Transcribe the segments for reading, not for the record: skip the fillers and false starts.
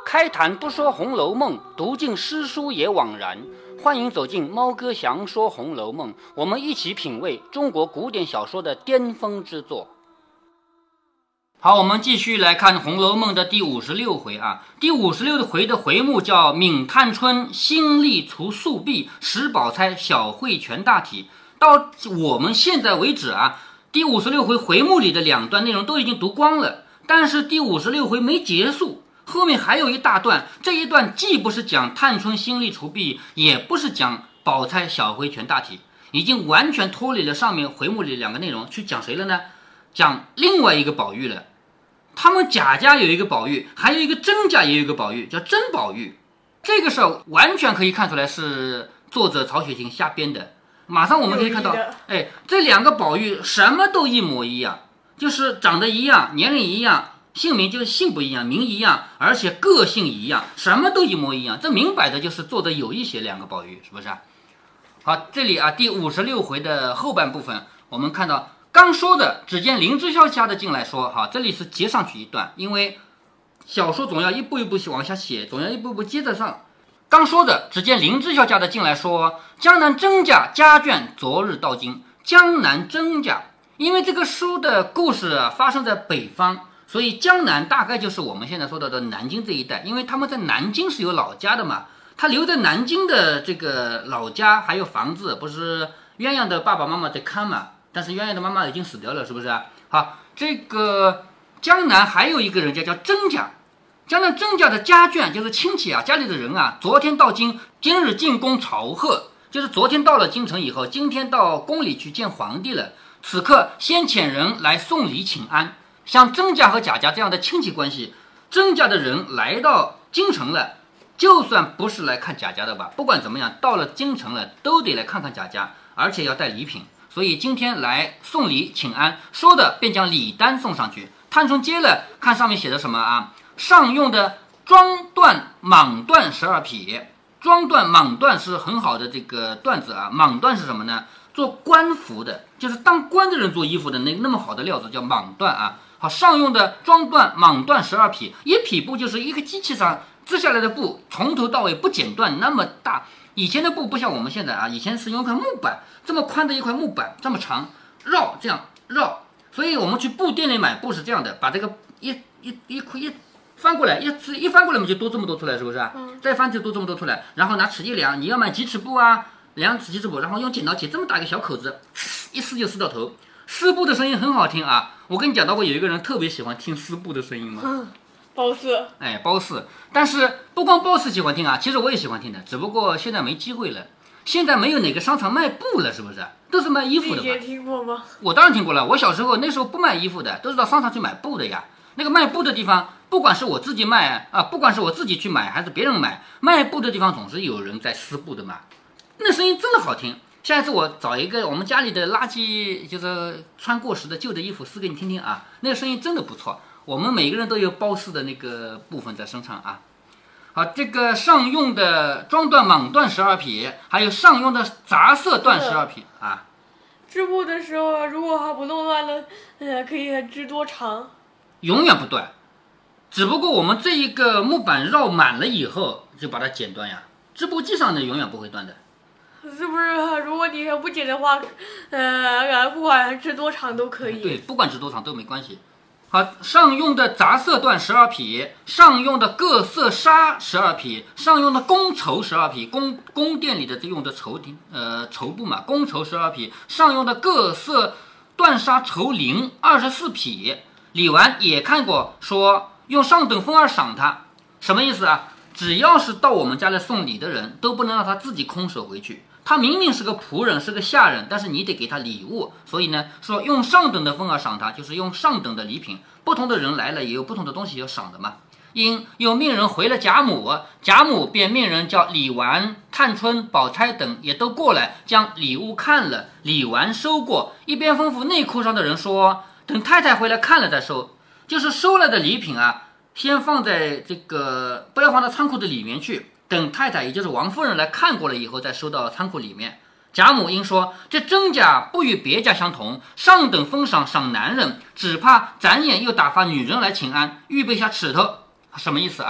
开坛不说《红楼梦》，读尽诗书也枉然。欢迎走进猫哥祥说《红楼梦》，我们一起品味中国古典小说的巅峰之作。好，我们继续来看《红楼梦》的第56回啊。第56回的回目叫闵探春新力除宿弊，史宝钗小会全大体。到我们现在为止啊，第56回回目里的两段内容都已经读光了，但是第56回没结束，后面还有一大段。这一段既不是讲探春新力除弊，也不是讲宝钗小会全大体，已经完全脱离了上面回目里两个内容，去讲谁了呢？讲另外一个宝玉了。他们贾家有一个宝玉，还有一个甄家也有一个宝玉，叫甄宝玉。这个事儿完全可以看出来是作者曹雪芹瞎编的。马上我们可以看到，这两个宝玉什么都一模一样，就是长得一样，年龄一样，姓名就是姓不一样，名一样，而且个性一样，什么都一模一样。这明摆的就是作者有意写两个宝玉，是不是啊？好，这里啊，第56回的后半部分，我们看到刚说的，只见林之孝家的进来说，好，这里是接上去一段，因为小说总要一步一步往下写，总要一步步接得上。刚说的，只见林之孝家的进来说，江南甄家家眷昨日到京。江南甄家，因为这个书的故事发生在北方，所以江南大概就是我们现在说到的南京这一带，因为他们在南京是有老家的嘛。他留在南京的这个老家还有房子，不是鸳鸯的爸爸妈妈在看嘛？但是鸳鸯的妈妈已经死掉了，是不是啊？好，这个江南还有一个人家叫甄家。江南甄家的家眷就是亲戚啊，家里的人啊，昨天到京，今日进宫朝贺，就是昨天到了京城以后，今天到宫里去见皇帝了。此刻先遣人来送礼请安。像甄家和贾家这样的亲戚关系，甄家的人来到京城了，就算不是来看贾家的吧，不管怎么样，到了京城了都得来看看贾家，而且要带礼品。所以今天来送礼请安，说的便将礼单送上去。探春接了，看上面写的什么啊？上用的庄缎蟒缎12匹。庄缎蟒缎是很好的这个缎子啊，蟒缎是什么呢？做官服的，就是当官的人做衣服的那么好的料子叫蟒缎啊。好，上用的庄缎蟒缎12匹，一匹布就是一个机器上织下来的布，从头到尾不剪断，那么大。以前的布不像我们现在啊，以前是用一块木板，这么宽的一块木板，这么长，绕这样绕。所以我们去布店里买布是这样的，把这个一翻过来，一翻过来，我们就多这么多出来，是不是啊？再翻就多这么多出来，然后拿尺一量，你要买几尺布啊？量几尺布，然后用剪刀切这么大一个小口子，一撕就撕到头。撕布的声音很好听啊！我跟你讲到过，有一个人特别喜欢听撕布的声音吗？ 褒姒， 褒姒。但是不光褒姒喜欢听啊，其实我也喜欢听的，只不过现在没机会了。现在没有哪个商场卖布了，是不是？都是卖衣服的吧？ 你听过吗？ 我当然听过了。我小时候那时候不卖衣服的，都是到商场去买布的呀。那个卖布的地方，不管是我自己卖啊，不管是我自己去买还是别人买，卖布的地方总是有人在撕布的嘛。那声音真的好听。下一次我找一个我们家里的垃圾，就是穿过时的旧的衣服撕给你听听啊，那个声音真的不错。我们每个人都有褒姒的那个部分在身上啊。好，这个上用的庄缎蟒缎12匹，还有上用的杂色缎12匹啊。 织布的时候，如果它不弄乱了，可以织多长？ 永远不断，只不过我们这一个木板绕满了以后就把它剪断呀。织布机上的永远不会断的。 是不是？如果你不剪的话，不管织多长都可以。 对，不管织多长都没关系。好，上用的杂色缎12匹，上用的各色纱12匹，上用的宫绸12匹，宫殿里的用的绸布嘛，宫绸12匹，上用的各色缎纱绸绫24匹。李纨也看过，说用上等风儿赏他，什么意思啊？只要是到我们家来送礼的人，都不能让他自己空手回去。他明明是个仆人，是个下人，但是你得给他礼物。所以呢，说用上等的风儿赏他，就是用上等的礼品。不同的人来了，也有不同的东西要赏的嘛。因又命人回了贾母，贾母便命人叫李纨、探春、宝钗等也都过来，将礼物看了。李纨收过，一边吩咐内库上的人说，等太太回来看了再收。就是收来的礼品啊，先放在这个，不要放到仓库的里面去，等太太也就是王夫人来看过了以后再收到仓库里面。贾母因说，这甄家不与别家相同，上等封赏赏男人，只怕展眼又打发女人来请安，预备下尺头。什么意思啊？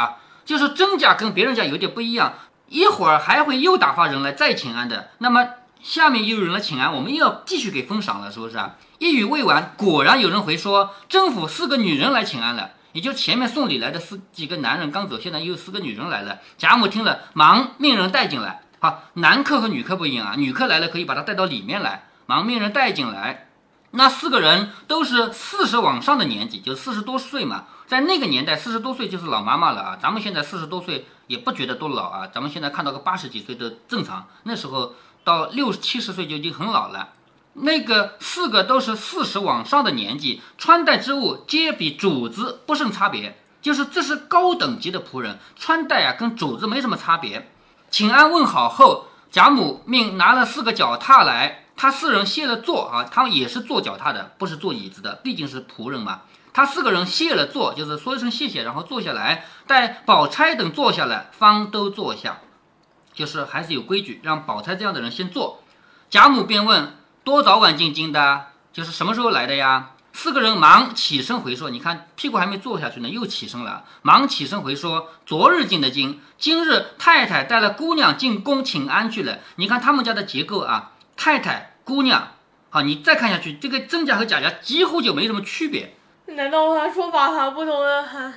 就是甄家跟别人家有点不一样，一会儿还会又打发人来再请安的。那么下面又有人来请安，我们又要继续给封赏了，是不是啊？一语未完，果然有人回说甄府4个女人来请安了，也就前面送礼来的几个男人刚走，现在又4个女人来了。贾母听了，忙命人带进来。好，男客和女客不一样啊，女客来了可以把她带到里面来，忙命人带进来。那4个人都是40往上的年纪，就40多岁嘛。在那个年代，40多岁就是老妈妈了啊。咱们现在40多岁也不觉得多老啊，咱们现在看到个80几岁的正常，那时候到60、70岁就已经很老了。那个4个都是40往上的年纪，穿戴之物皆比主子不甚差别，就是这是高等级的仆人，穿戴啊跟主子没什么差别。请安问好后，贾母命拿了4个脚踏来，他4人卸了座啊，他们也是坐脚踏的，不是坐椅子的，毕竟是仆人嘛。他4个人卸了座，就是说一声谢谢，然后坐下来，待宝钗等坐下来，方都坐下，就是还是有规矩，让宝钗这样的人先坐。贾母便问多早晚进京的，就是什么时候来的呀？4个人忙起身回说，你看屁股还没坐下去呢，又起身了，忙起身回说昨日进的京，今日太太带了姑娘进宫请安去了。你看他们家的结构啊，太太姑娘，好，你再看下去，这个甄家和贾家几乎就没什么区别。 难道他说法还不同的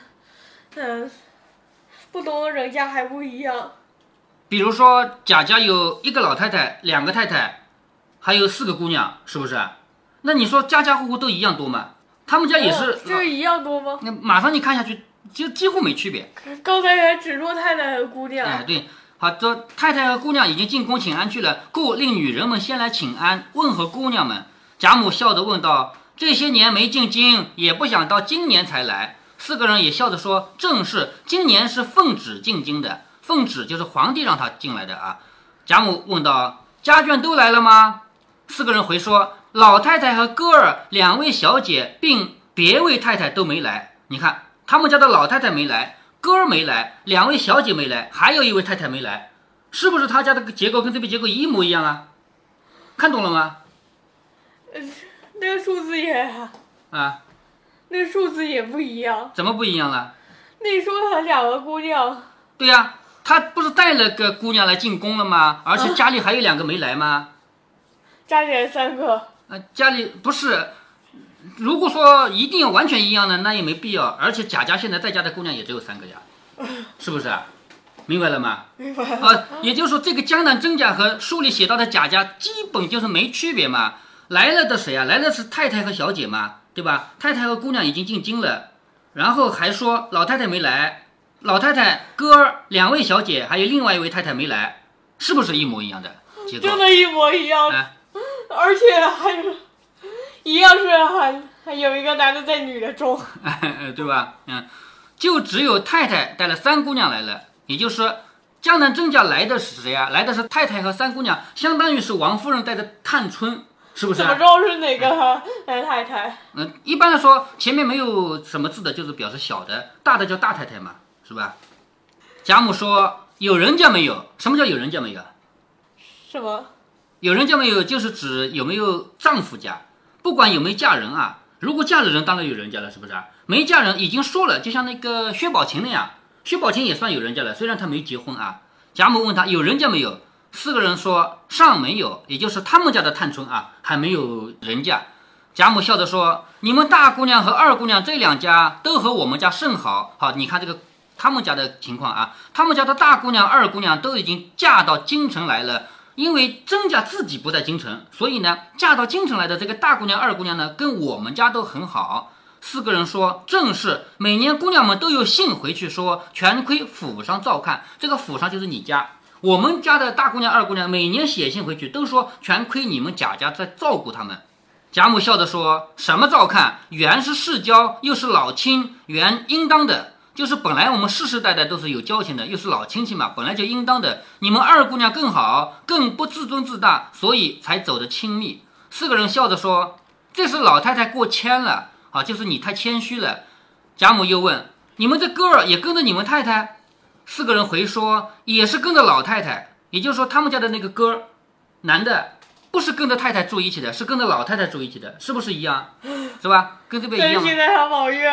不同的人家还不一样？ 比如说贾家有1个老太太，2个太太，还有4个姑娘，是不是？那你说家家户户都一样多吗？他们家也是， 就是一样多吗？ 那马上你看下去，就几乎没区别。 刚才还只说太太和姑娘。 哎，对，好，这太太和姑娘已经进宫请安去了，故令女人们先来请安，问候姑娘们。贾母笑着问道：“这些年没进京，也不想到今年才来。”4个人也笑着说：“正是，今年是奉旨进京的，奉旨就是皇帝让他进来的啊。”贾母问道：“家眷都来了吗？”4个人回说：“老太太和哥儿2位小姐，并别位太太都没来。你看，他们家的老太太没来，哥儿没来，2位小姐没来，还有1位太太没来，是不是他家的结构跟这边结构一模一样啊？看懂了吗？ 那个数字也那个数字也不一样。 怎么不一样了？ 那说他2个姑娘。 对呀，他不是带了个姑娘来进宫了吗？而且家里还有2个没来吗？ 家里还3个。 家里不是。如果说一定要完全一样的，那也没必要。而且贾家现在在家的姑娘也只有3个呀，是不是啊？明白了吗？ 明白了。 也就是说，这个江南甄家和书里写到的贾家基本就是没区别嘛。来了的谁啊？来的是太太和小姐嘛，对吧？太太和姑娘已经进京了，然后还说老太太没来，老太太哥儿2位小姐，还有另外1位太太没来，是不是一模一样的结构？ 真的，一模一样。而且还一样是还有一个男的在女的中， 对吧？就只有太太带了3姑娘来了，也就是说江南甄家来的是谁啊？来的是太太和3姑娘，相当于是王夫人带的探春，是不是？ 怎么知道是哪个太太？ 一般来说前面没有什么字的，就是表示小的，大的叫大太太嘛，是吧？贾母说有人家没有？什么叫有人家没有？ 什么？ 有人家没有，就是指有没有丈夫家，不管有没有嫁人啊。如果嫁了人，当然有人家了，是不是啊？没嫁人已经说了，就像那个薛宝琴那样，薛宝琴也算有人家了，虽然她没结婚啊。贾母问他有人家没有，4个人说尚没有，也就是他们家的探春啊，还没有人家。贾母笑着说：“你们大姑娘和2姑娘这2家都和我们家甚好。好，你看这个他们家的情况啊，他们家的大姑娘、2姑娘都已经嫁到京城来了。因为甄家自己不在京城，所以呢，嫁到京城来的这个大姑娘、2姑娘呢，跟我们家都很好。”4个人说：“正是，每年姑娘们都有信回去说，全亏府上照看。这个府上就是你家，我们家的大姑娘、2姑娘每年写信回去，都说全亏你们贾家在照顾他们。”贾母笑着说：“什么照看？原是世交，又是老亲，原应当的。就是本来我们世世代代都是有交情的，又是老亲戚嘛，本来就应当的。你们2姑娘更好，更不自尊自大，所以才走得亲密。”4个人笑着说：“这是老太太过谦了，就是你太谦虚了。”贾母又问：“你们这哥儿也跟着你们太太？”4个人回说：“也是跟着老太太。”也就是说，他们家的那个哥儿，男的不是跟着太太住一起的，是跟着老太太住一起的，是不是一样？是吧？跟这边一样吗？ 现在还宝玉不跟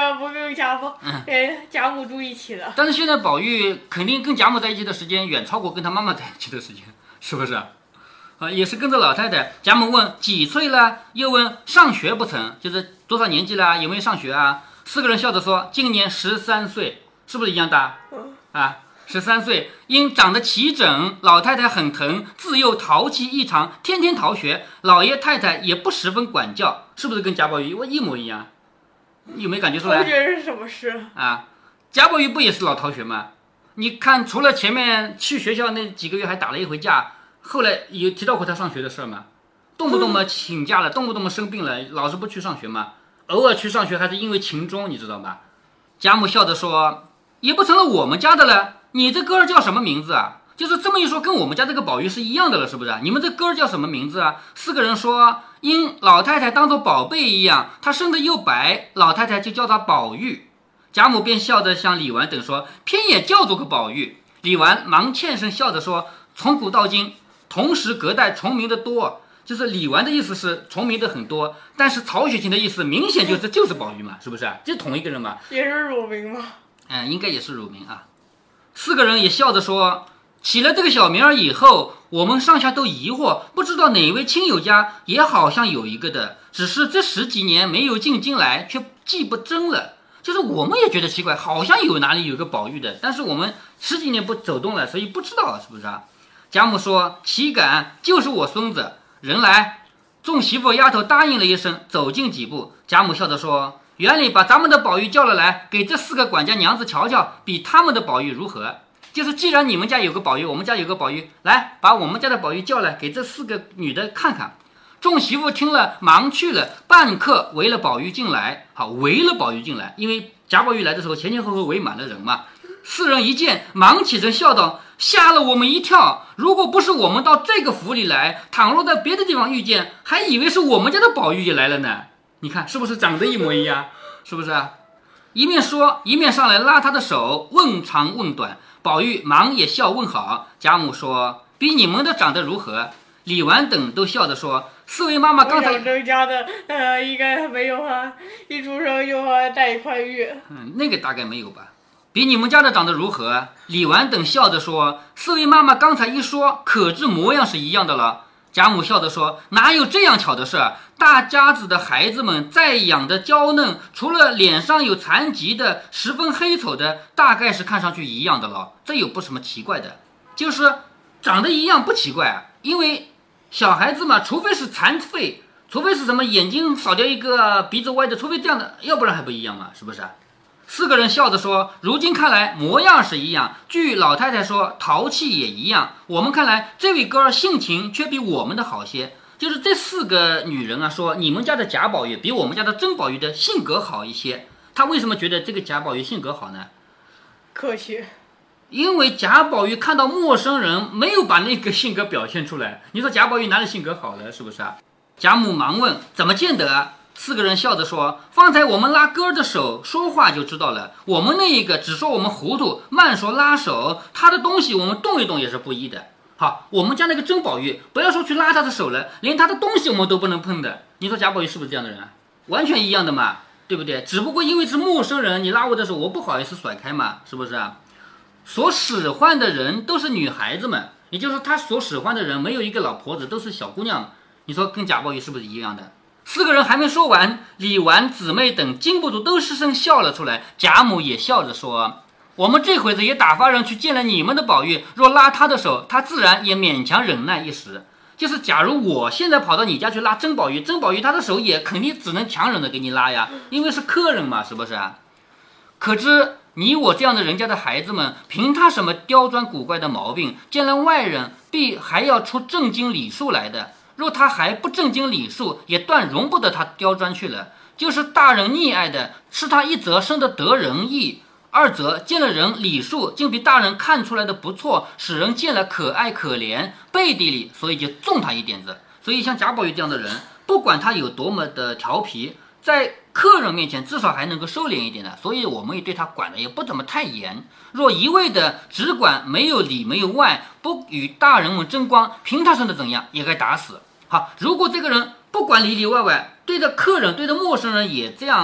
跟贾母住一起了。 但是现在宝玉肯定跟贾母在一起的时间远超过跟他妈妈在一起的时间，是不是啊？也是跟着老太太。贾母问几岁了，又问上学不曾，就是多少年纪了，有没有上学啊？四个人笑着说今年13岁，是不是一样大？啊，13岁，因长得齐整，老太太很疼，自幼淘气异常，天天逃学，老爷太太也不十分管教，是不是跟贾宝玉一模一样？有没有感觉出来？ 逃学是什么事啊？贾宝玉不也是老逃学吗？你看，除了前面去学校那几个月还打了一回架，后来有提到过他上学的事吗？动不动嘛请假了，动不动嘛生病了，老是不去上学嘛。偶尔去上学还是因为情中，你知道吧？贾母笑着说，也不成了我们家的了。你这哥儿叫什么名字啊？就是这么一说，跟我们家这个宝玉是一样的了，是不是？你们这哥儿叫什么名字啊？四个人说，因老太太当作宝贝一样，她生得又白，老太太就叫她宝玉。贾母便笑着向李纨等说，偏也叫做个宝玉。李纨忙欠声笑着说，从古到今，同时隔代重名的多。就是李纨的意思是重名的很多，但是曹雪芹的意思明显就是宝玉嘛，是不是？就同一个人嘛， 也是乳名吗？ 应该也是乳名啊。四个人也笑着说，起了这个小名儿以后，我们上下都疑惑，不知道哪位亲友家也好像有一个的，只是这10几年没有进京来，却记不真了。就是我们也觉得奇怪，好像哪里有个宝玉的，但是我们10几年不走动了，所以不知道，是不是啊？贾母说，岂敢，就是我孙子。人来，众媳妇丫头答应了一声，走近几步。贾母笑着说，园里把咱们的宝玉叫了来，给这4个管家娘子瞧瞧，比他们的宝玉如何？就是既然你们家有个宝玉，我们家有个宝玉，来把我们家的宝玉叫来，给这4个女的看看。众媳妇听了，忙去了，半刻围了宝玉进来。好，围了宝玉进来，因为贾宝玉来的时候前前后后围满了人嘛。4人一见，忙起身笑道，吓了我们一跳，如果不是我们到这个府里来，倘若在别的地方遇见，还以为是我们家的宝玉也来了呢。你看是不是长得一模一样？是不是啊？一面说一面上来拉他的手，问长问短。宝玉忙也笑问好。贾母说，比你们的长得如何？李纨等都笑着说，4位妈妈刚才这家的应该没有啊，一出生就带一块玉。 那个大概没有吧。比你们家的长得如何？李纨等笑着说，4位妈妈刚才一说，可知模样是一样的了。贾母笑着说，哪有这样巧的事？大家子的孩子们再养的娇嫩，除了脸上有残疾的，十分黑丑的，大概是看上去一样的了，这有不什么奇怪的，就是长得一样不奇怪啊。因为小孩子嘛，除非是残废，除非是什么眼睛少掉一个，鼻子歪的，除非这样的，要不然还不一样嘛，是不是？4个人笑着说，如今看来模样是一样，据老太太说淘气也一样，我们看来这位哥儿性情却比我们的好些。就是这4个女人啊，说你们家的贾宝玉比我们家的甄宝玉的性格好一些。他为什么觉得这个贾宝玉性格好呢？ 客气。 因为贾宝玉看到陌生人没有把那个性格表现出来，你说贾宝玉哪里性格好了，是不是啊？贾母忙问，怎么见得啊？4个人笑着说，方才我们拉哥儿的手说话就知道了，我们那一个只说我们糊涂，慢说拉手，他的东西我们动一动也是不依的。好，我们家那个甄宝玉，不要说去拉他的手了，连他的东西我们都不能碰的。你说贾宝玉是不是这样的人啊？完全一样的嘛，对不对？只不过因为是陌生人，你拉我的手，我不好意思甩开嘛，是不是啊？所使唤的人都是女孩子们，也就是说他所使唤的人没有一个老婆子，都是小姑娘。你说跟贾宝玉是不是一样的？4个人还没说完，李纨姊妹等禁不住都失声笑了出来。贾母也笑着说，我们这会子也打发人去见了你们的宝玉，若拉他的手，他自然也勉强忍耐一时。就是假如我现在跑到你家去拉甄宝玉，甄宝玉他的手也肯定只能强忍的给你拉呀，因为是客人嘛，是不是啊？可知你我这样的人家的孩子们，凭他什么刁钻古怪的毛病，见了外人必还要出正经礼数来的。若他还不正经礼数，也断容不得他刁钻去了。就是大人溺爱的，是他一则生得得人意，二则见了人礼数竟比大人看出来的不错，使人见了可爱可怜，背地里所以就纵他一点子。所以像贾宝玉这样的人，不管他有多么的调皮，在客人面前至少还能够收敛一点的，所以我们也对他管的也不怎么太严。若一味的只管没有里没有外，不与大人们争光，凭他生的怎样也该打死。好，如果这个人不管里里外外，对着客人对着陌生人也这样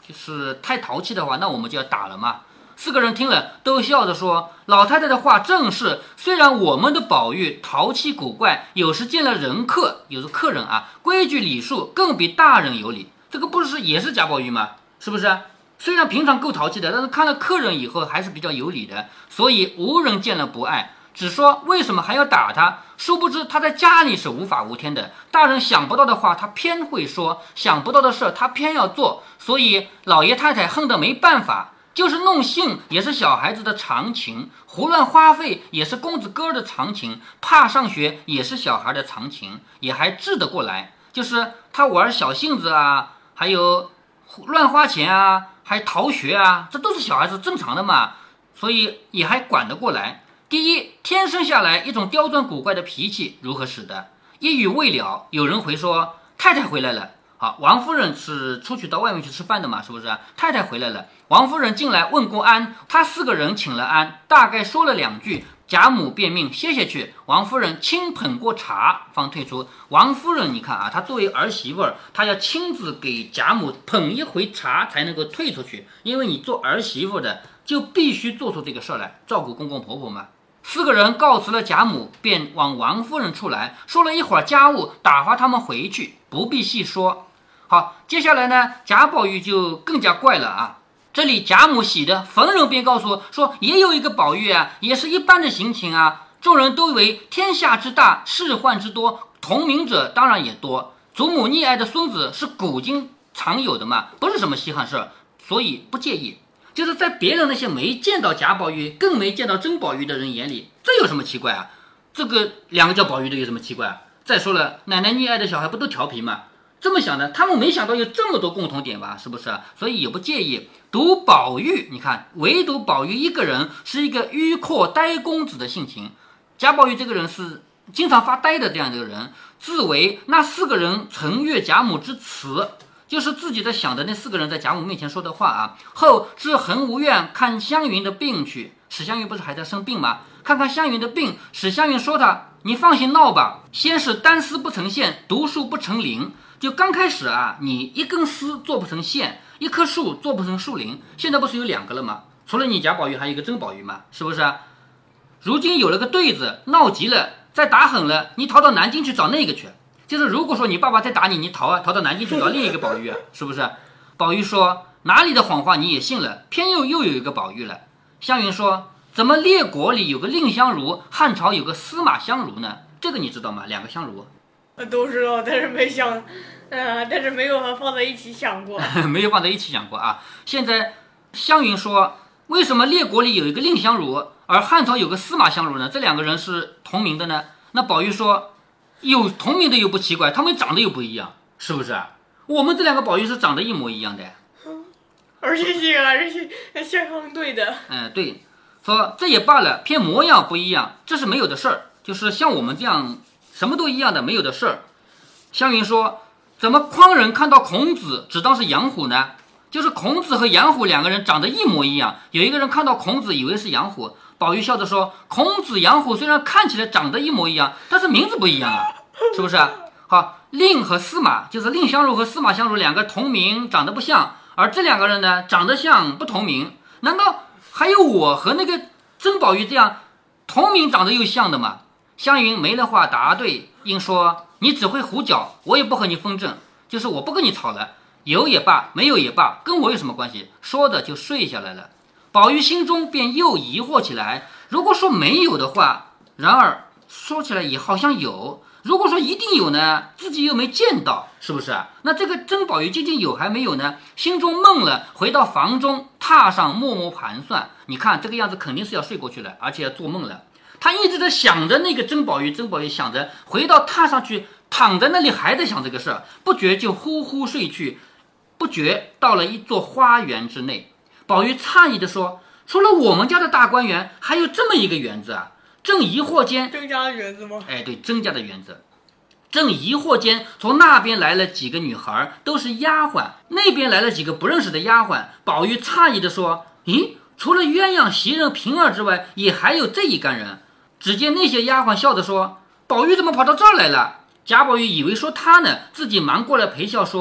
就是太淘气的话，那我们就要打了嘛。4个人听了都笑着说，老太太的话正是，虽然我们的宝玉淘气古怪，有时见了人客，有时客人啊，规矩礼数更比大人有礼，这个不是也是贾宝玉吗？是不是？虽然平常够淘气的，但是看了客人以后还是比较有礼的，所以无人见了不爱，只说为什么还要打他？殊不知他在家里是无法无天的，大人想不到的话他偏会说，想不到的事他偏要做，所以老爷太太恨得没办法。就是弄性也是小孩子的常情，胡乱花费也是公子哥的常情，怕上学也是小孩的常情，也还治得过来。就是他玩小性子啊，还有乱花钱啊，还逃学啊，这都是小孩子正常的嘛，所以也还管得过来。第一，天生下来一种刁钻古怪的脾气，如何使的？一语未了，有人回说太太回来了。好，王夫人是出去到外面去吃饭的嘛，是不是？太太回来了，王夫人进来问过安，他4个人请了安，大概说了2句，贾母便命歇下去。王夫人亲捧过茶，方退出。王夫人，你看啊，她作为儿媳妇儿，她要亲自给贾母捧一回茶才能够退出去，因为你做儿媳妇的就必须做出这个事儿来，照顾公公婆婆嘛。4个人告辞了贾母，便往王夫人处来，说了一会儿家务，打发他们回去，不必细说。好，接下来呢，贾宝玉就更加怪了啊！这里贾母喜的逢人便告诉说，也有一个宝玉啊，也是一般的行情啊。众人都以为天下之大，仕宦之多，同名者当然也多。祖母溺爱的孙子是古今常有的嘛，不是什么稀罕事儿，所以不介意。就是在别人那些没见到贾宝玉，更没见到甄宝玉的人眼里，这有什么奇怪啊？这个2个叫宝玉的有什么奇怪啊？再说了，奶奶溺爱的小孩不都调皮吗？这么想的，他们没想到有这么多共同点吧，是不是？所以也不介意。独宝玉，你看，唯独宝玉一个人是一个迂阔呆公子的性情。贾宝玉这个人是经常发呆的这样一个人，自为那4个人曾阅贾母之词，就是自己在想的那4个人在贾母面前说的话啊。后至恒无怨看湘云的病去，史湘云不是还在生病吗？看看湘云的病，史湘云说他，你放心闹吧，先是单丝不成线，独树不成林。就刚开始啊，你一根丝做不成线，一棵树做不成树林，现在不是有2个了吗？除了你贾宝玉，还有一个甄宝玉嘛，是不是？如今有了个对子，闹急了，再打狠了，你逃到南京去找那个去。就是如果说你爸爸再打你，你逃到南京去找另一个宝玉啊，是不是？宝玉说哪里的谎话你也信了，偏又有一个宝玉了。湘云说怎么列国里有个蔺相如，汉朝有个司马相如呢？这个你知道吗？2个相如都知道，但是没有放在一起想过没有放在一起想过啊。现在湘云说为什么列国里有一个蔺相如，而汉朝有个司马相如呢？这2个人是同名的呢？那宝玉说有同名的又不奇怪，他们长得又不一样，是不是？我们这2个宝玉是长得一模一样的， 而且是相对的。 对，说这也罢了，偏模样不一样，这是没有的事儿，就是像我们这样什么都一样的没有的事儿。湘云说怎么匡人看到孔子只当是杨虎呢？就是孔子和杨虎2个人长得一模一样，有一个人看到孔子以为是杨虎。宝玉笑着说孔子杨虎虽然看起来长得一模一样，但是名字不一样啊，是不是？好，蔺和司马，就是蔺相如和司马相如2个同名，长得不像，而这2个人呢长得像不同名。难道还有我和那个甄宝玉这样同名长得又像的吗？湘云没了话答对，应说你只会胡搅，我也不和你分正，就是我不跟你吵了，有也罢，没有也罢，跟我有什么关系？说着就睡下来了。宝玉心中便又疑惑起来，如果说没有的话，然而说起来也好像有，如果说一定有呢，自己又没见到，是不是？那这个甄宝玉究竟有还没有呢？心中闷了，回到房中，榻上默默盘算。你看这个样子肯定是要睡过去了，而且要做梦了。他一直在想着那个甄宝玉想着回到榻上去，躺在那里还在想这个事儿，不觉就呼呼睡去，不觉到了一座花园之内。宝玉诧异地说除了我们家的大观园还有这么一个园子啊！正疑惑间， 甄家的园子吗？ 对，甄家的园子。正疑惑间，从那边来了几个女孩，都是丫鬟，那边来了几个不认识的丫鬟。宝玉诧异地说咦，除了鸳鸯袭人平儿之外，也还有这一干人。只见那些丫鬟笑着说宝玉怎么跑到这儿来了？贾宝玉以为说他呢，自己忙过来陪笑说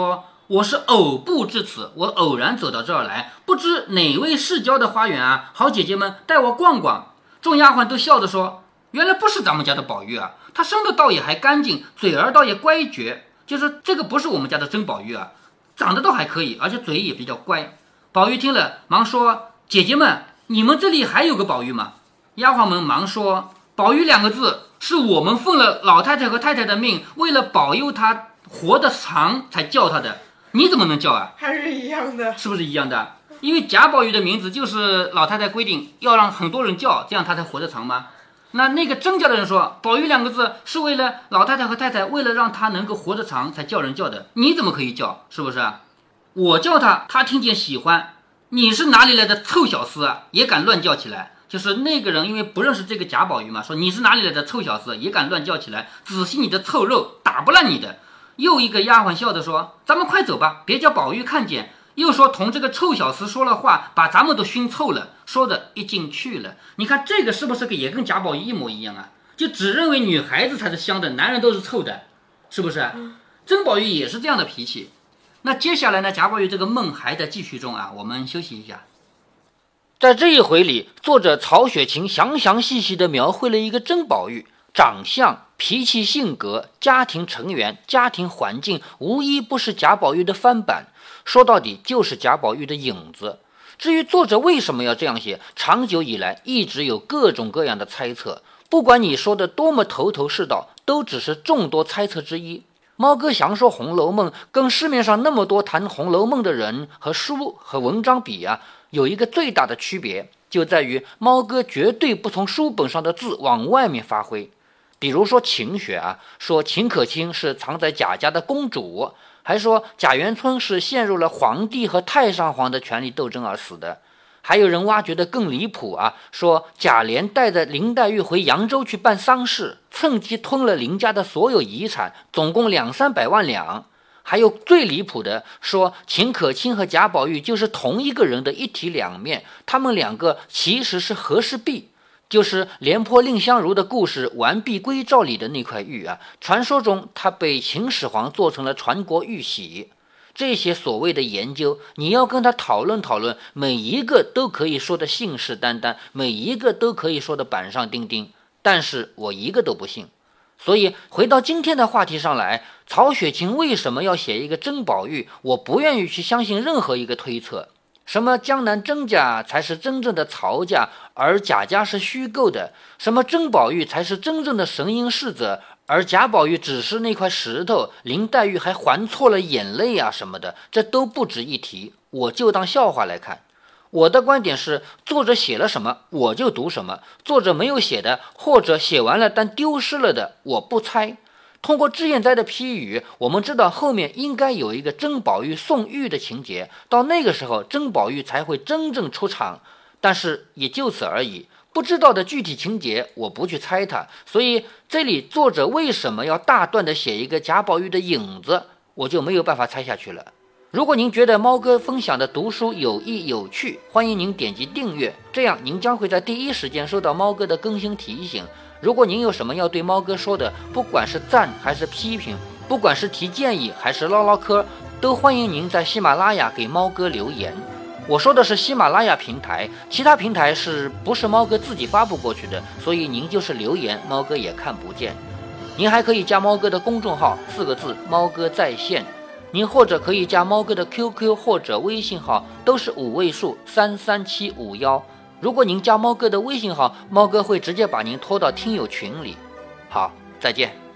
我是偶不至此，我偶然走到这儿来，不知哪位世交的花园啊，好姐姐们带我逛逛。众丫鬟都笑着说，原来不是咱们家的宝玉啊，他生的倒也还干净，嘴儿倒也乖绝，就是这个不是我们家的真宝玉啊，长得倒还可以，而且嘴也比较乖。宝玉听了忙说，姐姐们，你们这里还有个宝玉吗？丫鬟们忙说，宝玉2个字是我们奉了老太太和太太的命，为了保佑他活得长才叫他的，你怎么能叫啊？ 还是一样的， 是不是一样的？因为贾宝玉的名字就是老太太规定要让很多人叫，这样他才活得长吗？那个甄家的人说，宝玉2个字是为了老太太和太太为了让他能够活得长才叫人叫的，你怎么可以叫？是不是？我叫他，他听见喜欢，你是哪里来的臭小厮啊，也敢乱叫起来？就是那个人因为不认识这个贾宝玉嘛，说你是哪里来的臭小厮，也敢乱叫起来，仔细你的臭肉，打不烂你的。又一个丫鬟笑着说，咱们快走吧，别叫宝玉看见。又说同这个臭小厮说了话，把咱们都熏臭了，说的一进去了。你看这个是不是也跟贾宝玉一模一样啊？就只认为女孩子才是香的，男人都是臭的，是不是？甄宝玉也是这样的脾气。那接下来呢，贾宝玉这个梦还在继续中啊，我们休息一下。在这一回里，作者曹雪芹详详细细地描绘了一个甄宝玉，长相、脾气、性格、家庭成员、家庭环境，无一不是贾宝玉的翻版，说到底就是贾宝玉的影子。至于作者为什么要这样写，长久以来一直有各种各样的猜测，不管你说的多么头头是道，都只是众多猜测之一。猫哥详说《红楼梦》，跟市面上那么多谈《红楼梦》的人和书和文章比啊，有一个最大的区别，就在于猫哥绝对不从书本上的字往外面发挥。比如说秦学啊，说秦可卿是藏在贾家的公主，还说贾元春是陷入了皇帝和太上皇的权力斗争而死的。还有人挖掘得更离谱啊，说贾琏带着林黛玉回扬州去办丧事，趁机吞了林家的所有遗产，总共200-300万两。还有最离谱的，说秦可卿和贾宝玉就是同一个人的一体两面，他们2个其实是和氏璧，就是廉颇蔺相如的故事完璧归赵里的那块玉啊，传说中他被秦始皇做成了传国玉玺。这些所谓的研究，你要跟他讨论讨论，每一个都可以说的信誓旦旦，每一个都可以说的板上钉钉，但是我一个都不信。所以回到今天的话题上来，曹雪芹为什么要写一个甄宝玉？我不愿意去相信任何一个推测，什么江南甄家才是真正的曹家，而贾家是虚构的，什么甄宝玉才是真正的神瑛侍者，而贾宝玉只是那块石头，林黛玉还还错了眼泪啊什么的，这都不值一提，我就当笑话来看。我的观点是，作者写了什么我就读什么，作者没有写的，或者写完了但丢失了的，我不猜。通过脂砚斋的批语，我们知道后面应该有一个甄宝玉送玉的情节，到那个时候甄宝玉才会真正出场，但是也就此而已。不知道的具体情节我不去猜它，所以这里作者为什么要大段的写一个贾宝玉的影子，我就没有办法猜下去了。如果您觉得猫哥分享的读书有益有趣，欢迎您点击订阅，这样您将会在第一时间收到猫哥的更新提醒。如果您有什么要对猫哥说的，不管是赞还是批评，不管是提建议还是唠唠嗑，都欢迎您在喜马拉雅给猫哥留言。我说的是喜马拉雅平台，其他平台是不是猫哥自己发布过去的，所以您就是留言，猫哥也看不见。您还可以加猫哥的公众号，4个字，猫哥在线。您或者可以加猫哥的 QQ 或者微信号，都是5位数33751。如果您加猫哥的微信号，猫哥会直接把您拖到听友群里。好，再见。